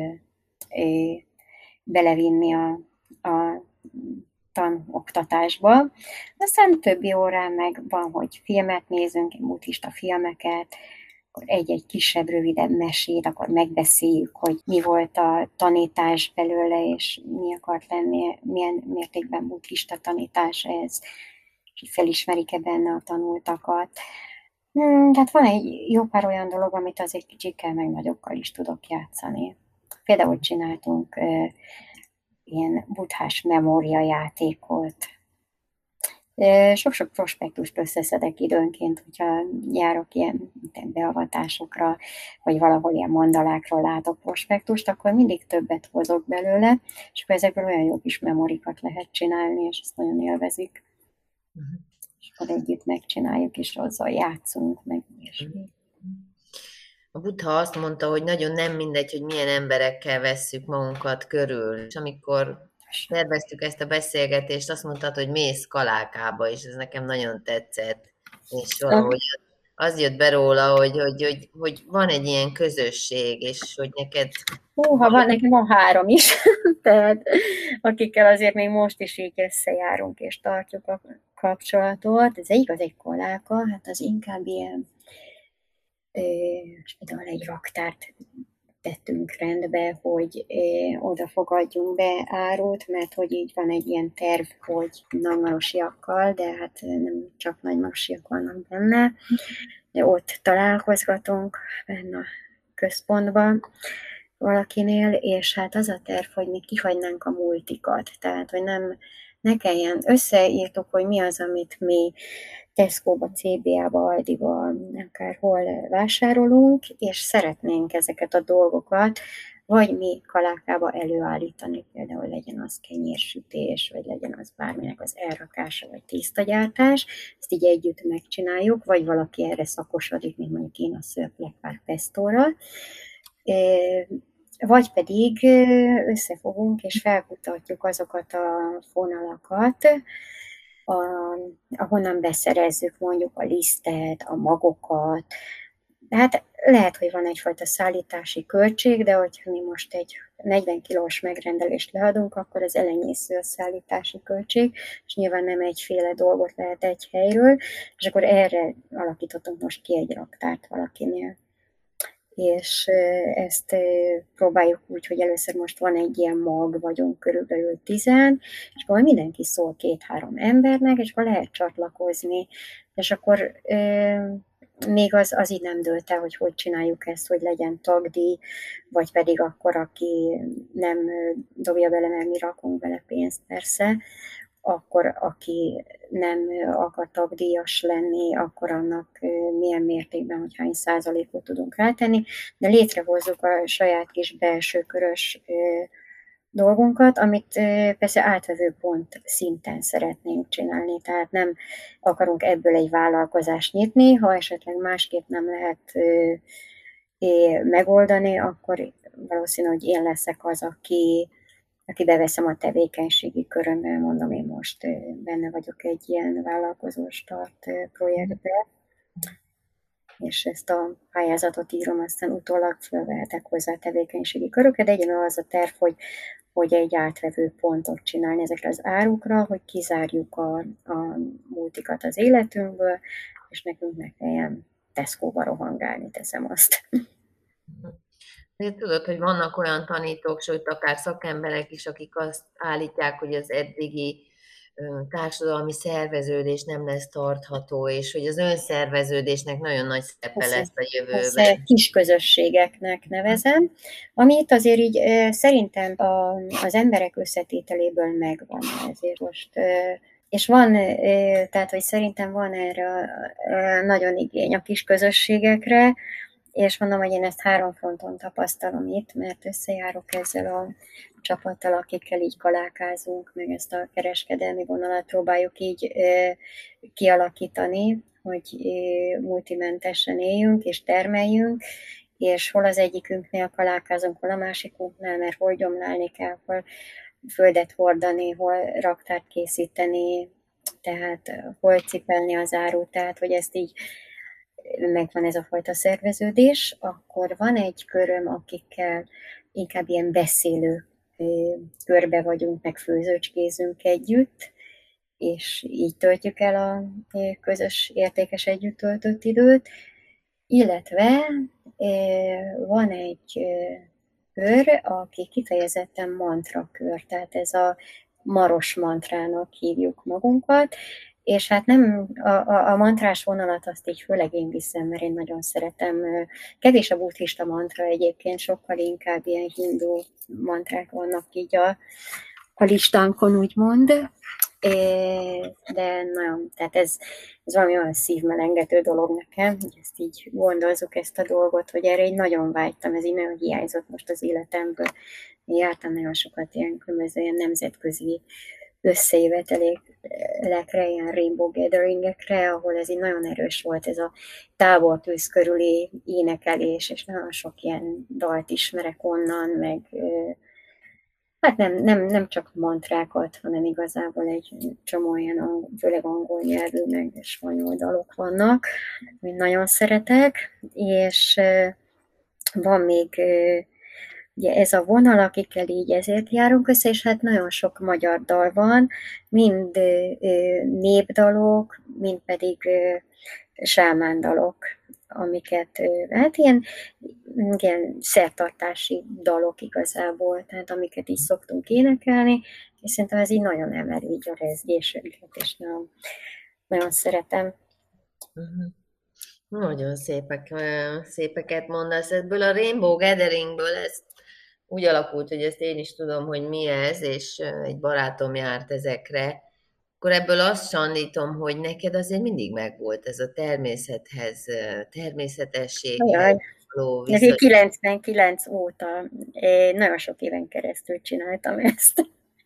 belevinni a, a tanoktatásba. Aztán többi órán meg van, hogy filmet nézünk, buddhista filmeket, akkor egy-egy kisebb, rövidebb mesét, akkor megbeszéljük, hogy mi volt a tanítás belőle, és mi akart lenni, milyen mértékben buddhista tanítás ez, és felismerik-e benne a tanultakat. Hmm, tehát van egy jó pár olyan dolog, amit azért kicsikkel meg nagyokkal is tudok játszani. Például csináltunk uh, ilyen buddhás memória játékot. Uh, sok-sok prospektust összeszedek időnként, hogyha járok ilyen beavatásokra, vagy valahol ilyen mandalákról látok prospektust, akkor mindig többet hozok belőle, és akkor ezekből olyan jó kis memorikat lehet csinálni, és ezt nagyon élvezik. Uh-huh. És akkor együtt megcsináljuk, és azzal játszunk, meg ilyesmi. A Buddha azt mondta, hogy nagyon nem mindegy, hogy milyen emberekkel vesszük magunkat körül. És amikor terveztük ezt a beszélgetést, azt mondtad, hogy mész Kalákába, és ez nekem nagyon tetszett. És valahogy az jött be róla, hogy, hogy, hogy, hogy van egy ilyen közösség, és hogy neked... Húha, van, nekem van három is, tehát akikkel azért még most is így összejárunk, és tartjuk a kapcsolatot. Ez egyik az egy Kaláka, hát az inkább ilyen, és például egy raktárt tettünk rendbe, hogy oda fogadjunk be árut, mert hogy így van egy ilyen terv, hogy nagymarosiakkal, de hát nem csak nagymarosiak vannak benne, de ott találkozgatunk benne a központban valakinél, és hát az a terv, hogy mi kihagynánk a multikat, tehát hogy nem, ne kelljen, összeírtuk, hogy mi az, amit mi Tesco-ba, cé bé á-ba, Aldiba, akárhol vásárolunk, és szeretnénk ezeket a dolgokat, vagy mi Kalákába előállítani, például legyen az kenyérsütés, vagy legyen az bárminek az elrakása, vagy tésztagyártás, ezt így együtt megcsináljuk, vagy valaki erre szakosodik, mint mondjuk én a szőlőlekvár pestóra, vagy pedig összefogunk, és felkutatjuk azokat a fonalakat, a, ahonnan beszerezzük mondjuk a lisztet, a magokat. Hát lehet, hogy van egyfajta szállítási költség, de hogyha mi most egy negyven kilós megrendelést leadunk, akkor az elenyésző a szállítási költség, és nyilván nem egyféle dolgot lehet egy helyről, és akkor erre alakítottunk most ki egy raktárt valakinél. És ezt próbáljuk úgy, hogy először most van egy ilyen mag, vagyunk körülbelül tizen, és akkor mindenki szól két-három embernek, és akkor lehet csatlakozni, és akkor még az, az így nem dőlt el, hogy hogy csináljuk ezt, hogy legyen tagdíj, vagy pedig akkor, aki nem dobja bele, mert mi rakunk bele pénzt persze, akkor aki nem akar tagdíjas lenni, akkor annak milyen mértékben, hogy hány százalékot tudunk rátenni, de létrehozzuk a saját kis belső körös dolgunkat, amit persze átvevő pont szinten szeretnénk csinálni, tehát nem akarunk ebből egy vállalkozást nyitni, ha esetleg másképp nem lehet megoldani, akkor valószínű, hogy én leszek az, aki aki beveszem a tevékenységi körömmel, mondom, én most benne vagyok egy ilyen vállalkozó start projektbe, és ezt a pályázatot írom, aztán utólag felvehetek hozzá a tevékenységi köröket, de egyébként az a terv, hogy, hogy egy átvevő pontot csinálni ezekre az árukra, hogy kizárjuk a, a multikat az életünkből, és nekünk ne kelljen Tesco-ba rohangálni, teszem azt. Én tudod, hogy vannak olyan tanítók, sőt akár szakemberek is, akik azt állítják, hogy az eddigi társadalmi szerveződés nem lesz tartható, és hogy az önszerveződésnek nagyon nagy szerepe lesz a jövőben. Kis közösségeknek nevezem, amit azért így szerintem a, az emberek összetételéből megvan ezért most. És van, tehát hogy szerintem van erre nagyon igény a kis közösségekre, és mondom, hogy én ezt három fronton tapasztalom itt, mert összejárok ezzel a csapattal, akikkel így kalákázunk, meg ezt a kereskedelmi vonalat próbáljuk így e, kialakítani, hogy e, multimentesen éljünk és termeljünk, és hol az egyikünknél kalákázunk, hol a másikunknál, mert hol gyomlálni kell, hol földet hordani, hol raktárt készíteni, tehát hol cipelni az árut, tehát hogy ezt így megvan ez a fajta szerveződés, akkor van egy köröm, akikkel inkább ilyen beszélő körbe vagyunk, meg főzőcskézünk együtt, és így töltjük el a közös értékes együtt töltött időt, illetve van egy kör, aki kifejezetten mantra kör, tehát ez a maros mantrának hívjuk magunkat, és hát nem a, a, a mantrás vonalat azt így főleg én viszem, mert én nagyon szeretem. Kevés a buddhista mantra egyébként, sokkal inkább ilyen hindu mantrák vannak így a, a listánkon, úgymond. De nagyon, tehát ez, ez valami olyan szívmelengető dolog nekem, hogy ezt így gondozzuk ezt a dolgot, hogy erre így nagyon vágytam, ez így nagyon hiányzott most az életemből. Én jártam nagyon sokat ilyen különböző ilyen nemzetközi összejövetelekre, ilyen rainbow gatheringekre, ahol ez így nagyon erős volt, ez a tábortűz körüli énekelés, és nagyon sok ilyen dalt ismerek onnan, meg hát nem, nem, nem csak mantrákat, hanem igazából egy csomó ilyen, főleg angol nyelvű, meg spanyol dalok vannak, amit nagyon szeretek, és van még ugye ez a vonal, akikkel így ezért járunk össze, és hát nagyon sok magyar dal van, mind népdalok, mind pedig sámándalok, amiket, hát ilyen, ilyen szertartási dalok igazából, tehát amiket így szoktunk énekelni, és szerintem ez így nagyon emeli így a rezgésünket, és nagyon, nagyon szeretem. Uh-huh. Nagyon szépek, szépeket mondasz. Ebből a Rainbow Gatheringből ez úgy alakult, hogy ezt én is tudom, hogy mi ez, és egy barátom járt ezekre. Akkor ebből azt sandítom, hogy neked azért mindig megvolt ez a természethez, természetességhez való viszony. Ez kilencvenkilenc óta, én nagyon sok éven keresztül csináltam ezt.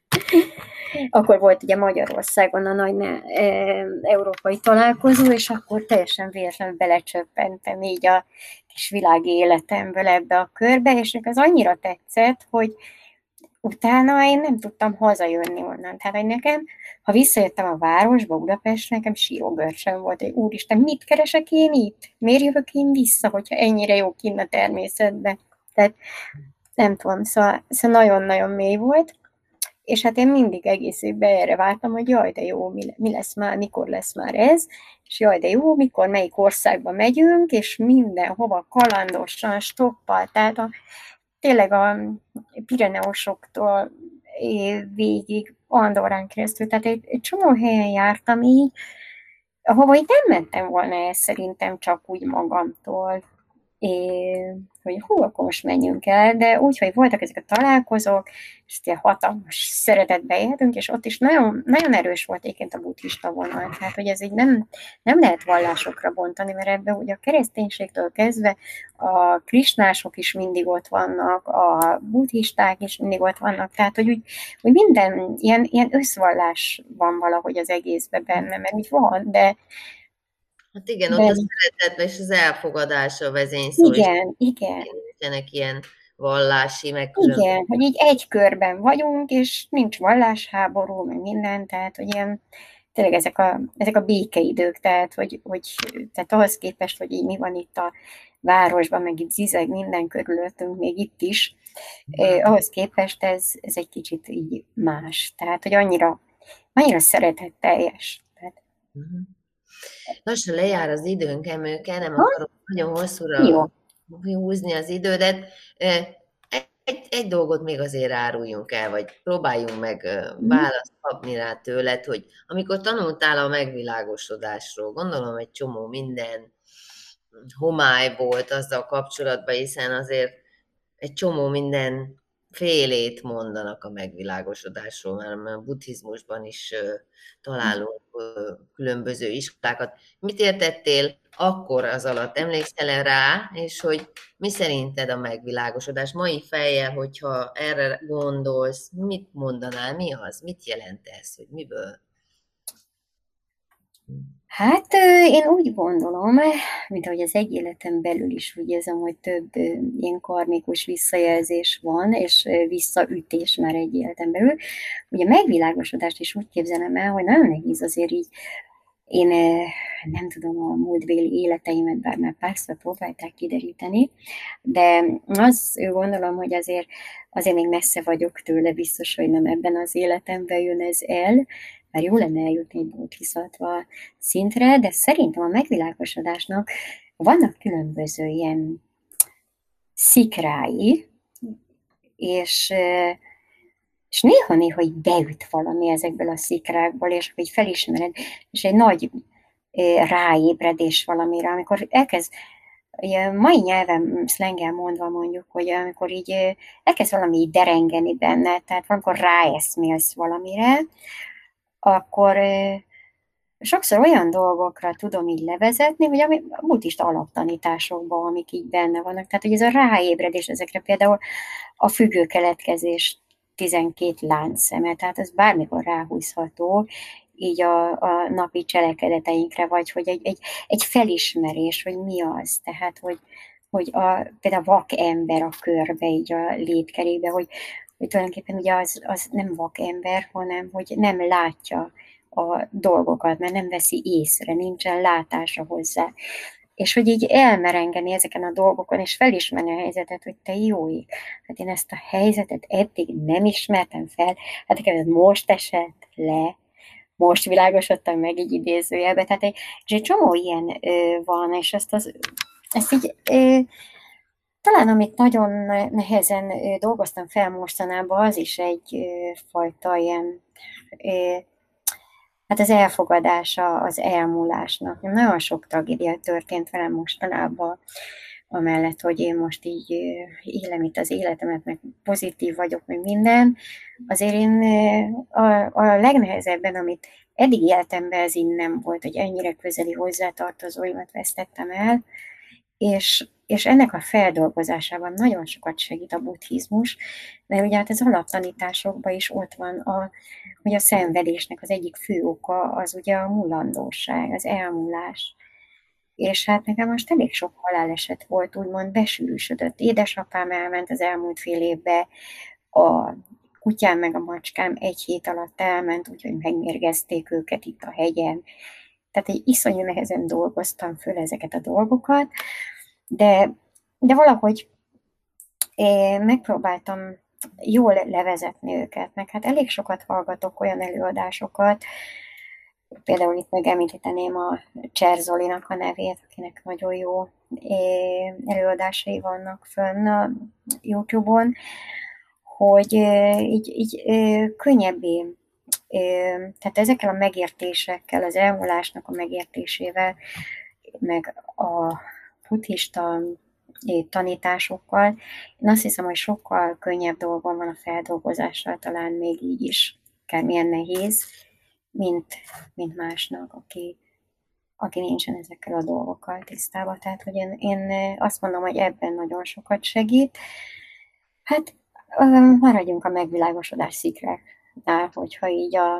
Akkor volt ugye Magyarországon a nagy ne, e, európai találkozó, és akkor teljesen véletlenül belecsöppentem így a kis világi életemből ebbe a körbe, és ez annyira tetszett, hogy utána én nem tudtam hazajönni onnan. Tehát, hogy nekem, ha visszajöttem a városba, Budapestre, nekem sírógörcsöm volt, hogy úristen, mit keresek én itt? Miért jövök én vissza, hogyha ennyire jó kinn a természetben? Tehát nem tudom, szóval, szóval nagyon-nagyon mély volt. És hát én mindig egész évben erre vártam, hogy jaj, de jó, mi, mi lesz már, mikor lesz már ez, és jaj, de jó, mikor, melyik országba megyünk, és mindenhova kalandosan, stoppal, tehát a, tényleg a Pireneusoktól végig Andorrán keresztül, tehát egy, egy csomó helyen jártam így, ahova így nem mentem volna el szerintem csak úgy magamtól, és hogy hú, akkor most menjünk el, de úgy, hogy voltak ezek a találkozók, és ilyen hatalmas szeretetbe éltünk, és ott is nagyon, nagyon erős volt egyébként a buddhista vonal, tehát hogy ez így nem, nem lehet vallásokra bontani, mert ebben ugye a kereszténységtől kezdve a krisnások is mindig ott vannak, a buddhisták is mindig ott vannak, tehát hogy, úgy, hogy minden ilyen, ilyen összvallás van valahogy az egészben benne, mert úgy van, de hát igen, ott a szeretet és az elfogadás a vezényszó. Igen, igen. Nincsenek ilyen vallási megkülönbözők. Igen, hogy így egy körben vagyunk, és nincs vallásháború, meg minden, tehát hogy ilyen, tényleg ezek a, ezek a békeidők, tehát, hogy, hogy tehát ahhoz képest, hogy így mi van itt a városban, meg itt zizeg minden körülöttünk, még itt is, eh, ahhoz képest ez, ez egy kicsit így más. Tehát, hogy annyira, annyira szeretetteljes. Tehát, uh-huh. Lassan lejár az időnk, Emőke, nem akarok nagyon hosszúra Jó. húzni az idődet. egy, egy dolgot még azért áruljunk el, vagy próbáljunk meg Mhm. választ kapni rá tőled, hogy amikor tanultál a megvilágosodásról, gondolom egy csomó minden homály volt azzal kapcsolatban, hiszen azért egy csomó minden félét mondanak a megvilágosodásról, mert a buddhizmusban is találunk különböző iskolákat. Mit értettél akkor az alatt? Emlékszel rá, és hogy mi szerinted a megvilágosodás? Mai fejjel, hogyha erre gondolsz, mit mondanál, mi az? Mit jelent ez, hogy miből? Hát én úgy gondolom, mint ahogy az egy életen belül is úgy érzem, hogy több ilyen karmikus visszajelzés van, és visszaütés már egy életen belül. Ugye a megvilágosodást is úgy képzelem el, hogy nagyon nehéz azért így, én nem tudom a múltbéli életeimet, bár már párszor próbálták kideríteni, de azt gondolom, hogy azért, azért még messze vagyok tőle, biztos, hogy nem ebben az életemben jön ez el, mert jó lenne eljutni egy bodhisattva szintre, de szerintem a megvilágosodásnak vannak különböző ilyen szikrái, és, és néha-néha így beüt valami ezekből a szikrákból, és hogy felismered, és egy nagy ráébredés valamire, amikor elkezd, ugye mai nyelven, szlenggel mondva mondjuk, hogy amikor így elkezd valami így derengeni benne, tehát valamikor ráeszmélsz valamire, akkor sokszor olyan dolgokra tudom így levezetni, hogy ami a buddhista alaptanításokban, amik így benne vannak. Tehát, hogy ez a ráébredés ezekre például a függő keletkezés tizenkét láncszeme, tehát ez bármikor ráhúzható, így a, a napi cselekedeteinkre, vagy hogy egy, egy, egy felismerés, hogy mi az. Tehát, hogy, hogy a, például a vak ember a körbe, így a létkerékbe, hogy, hogy tulajdonképpen ugye az, az nem vak ember, hanem hogy nem látja a dolgokat, mert nem veszi észre, nincsen látása hozzá. És hogy így elmerengeni ezeken a dolgokon, és felismerni a helyzetet, hogy te jó ég, hát én ezt a helyzetet eddig nem ismertem fel, hát ez most esett le, most világosodtam meg így idézőjelbe, tehát egy, és egy csomó ilyen ö, van, és ezt, az, ezt így ö, talán amit nagyon nehezen ö, dolgoztam fel mostanában, az is egy ö, fajta ilyen ö, hát az elfogadása az elmúlásnak. Nagyon sok tragédia történt velem mostanában, amellett, hogy én most így élem itt az életemet, meg pozitív vagyok, meg minden. Azért én a, a legnehezebben, amit eddig éltem be, ez így nem volt, hogy ennyire közeli hozzátartozóimat vesztettem el, és, és ennek a feldolgozásában nagyon sokat segít a buddhizmus, mert ugye hát az alaptanításokban is ott van, a, hogy a szenvedésnek az egyik fő oka az ugye a mulandóság, az elmúlás. És hát nekem most elég sok haláleset volt, úgymond besűrűsödött. Édesapám elment az elmúlt fél évbe, a kutyám meg a macskám egy hét alatt elment, úgyhogy megmérgezték őket itt a hegyen. Tehát egy iszonyú nehezen dolgoztam föl ezeket a dolgokat, de, de valahogy én megpróbáltam jól levezetni őket, meg hát elég sokat hallgatok olyan előadásokat, például itt megemlíteném a Cser Zolinak a nevét, akinek nagyon jó előadásai vannak fönn a YouTube-on, hogy így, így könnyebbé, tehát ezekkel a megértésekkel, az elmúlásnak a megértésével, meg a buddhista tanításokkal, én azt hiszem, hogy sokkal könnyebb dolgom van a feldolgozással, talán még így is, akármilyen nehéz, mint, mint másnak, aki, aki nincsen ezekkel a dolgokkal tisztában. Tehát, hogy én, én azt mondom, hogy ebben nagyon sokat segít. Hát maradjunk a megvilágosodás szikráknál, hogyha így a,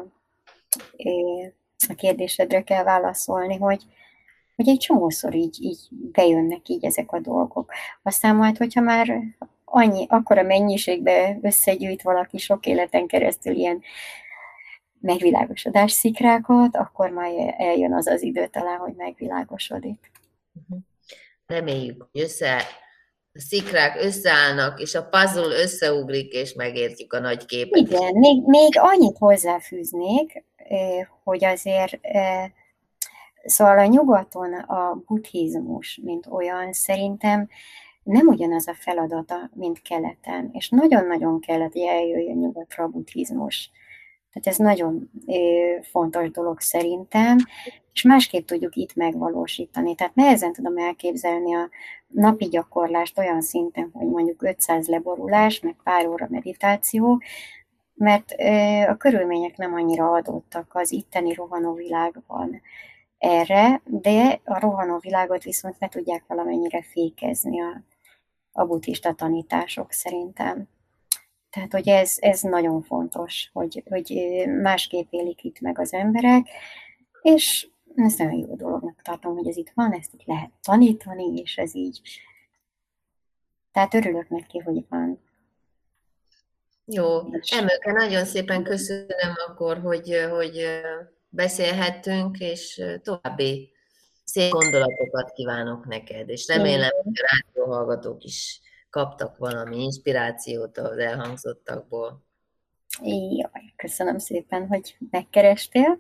a kérdésedre kell válaszolni, hogy, hogy egy csomószor így, így bejönnek így ezek a dolgok. Aztán majd, hogyha már annyi, akkora mennyiségbe összegyűjt valaki sok életen keresztül ilyen megvilágosodás szikrákat, akkor már eljön az az idő talán, hogy megvilágosodik. Reméljük, hogy össze, a szikrák összeállnak, és a puzzle összeugrik, és megértjük a nagy képet. Igen, még, még annyit hozzáfűznék, hogy azért szóval a nyugaton a buddhizmus, mint olyan, szerintem nem ugyanaz a feladata, mint keleten, és nagyon-nagyon kellett, hogy eljöjjön nyugatra a buddhizmus. Tehát ez nagyon fontos dolog szerintem, és másképp tudjuk itt megvalósítani. Tehát nehezen tudom elképzelni a napi gyakorlást olyan szinten, hogy mondjuk ötszáz leborulás, meg pár óra meditáció, mert a körülmények nem annyira adottak az itteni rohanó világban erre, de a rohanó világot viszont le tudják valamennyire fékezni a, a buddhista tanítások szerintem. Tehát, hogy ez, ez nagyon fontos, hogy, hogy másképp élik itt meg az emberek, és ezt nagyon jó dolognak tartom, hogy ez itt van, ezt itt lehet tanítani, és ez így. Tehát örülök neki, hogy van. Jó, Emőke, nagyon szépen köszönöm akkor, hogy, hogy beszélhettünk, és további szép gondolatokat kívánok neked, és remélem, hogy a rádióhallgatók is kaptak valami inspirációt az elhangzottakból. Jaj, köszönöm szépen, hogy megkerestél,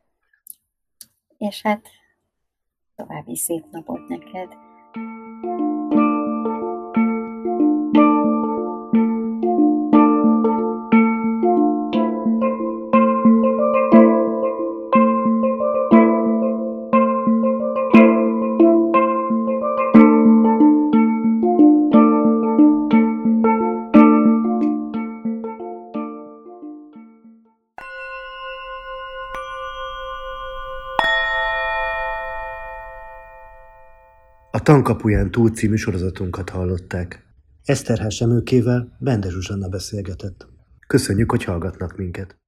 és hát további szép napot neked. A Tankapuján túl című sorozatunkat hallották. Eszterház Emőkével Bende Zsuzsanna beszélgetett. Köszönjük, hogy hallgatnak minket.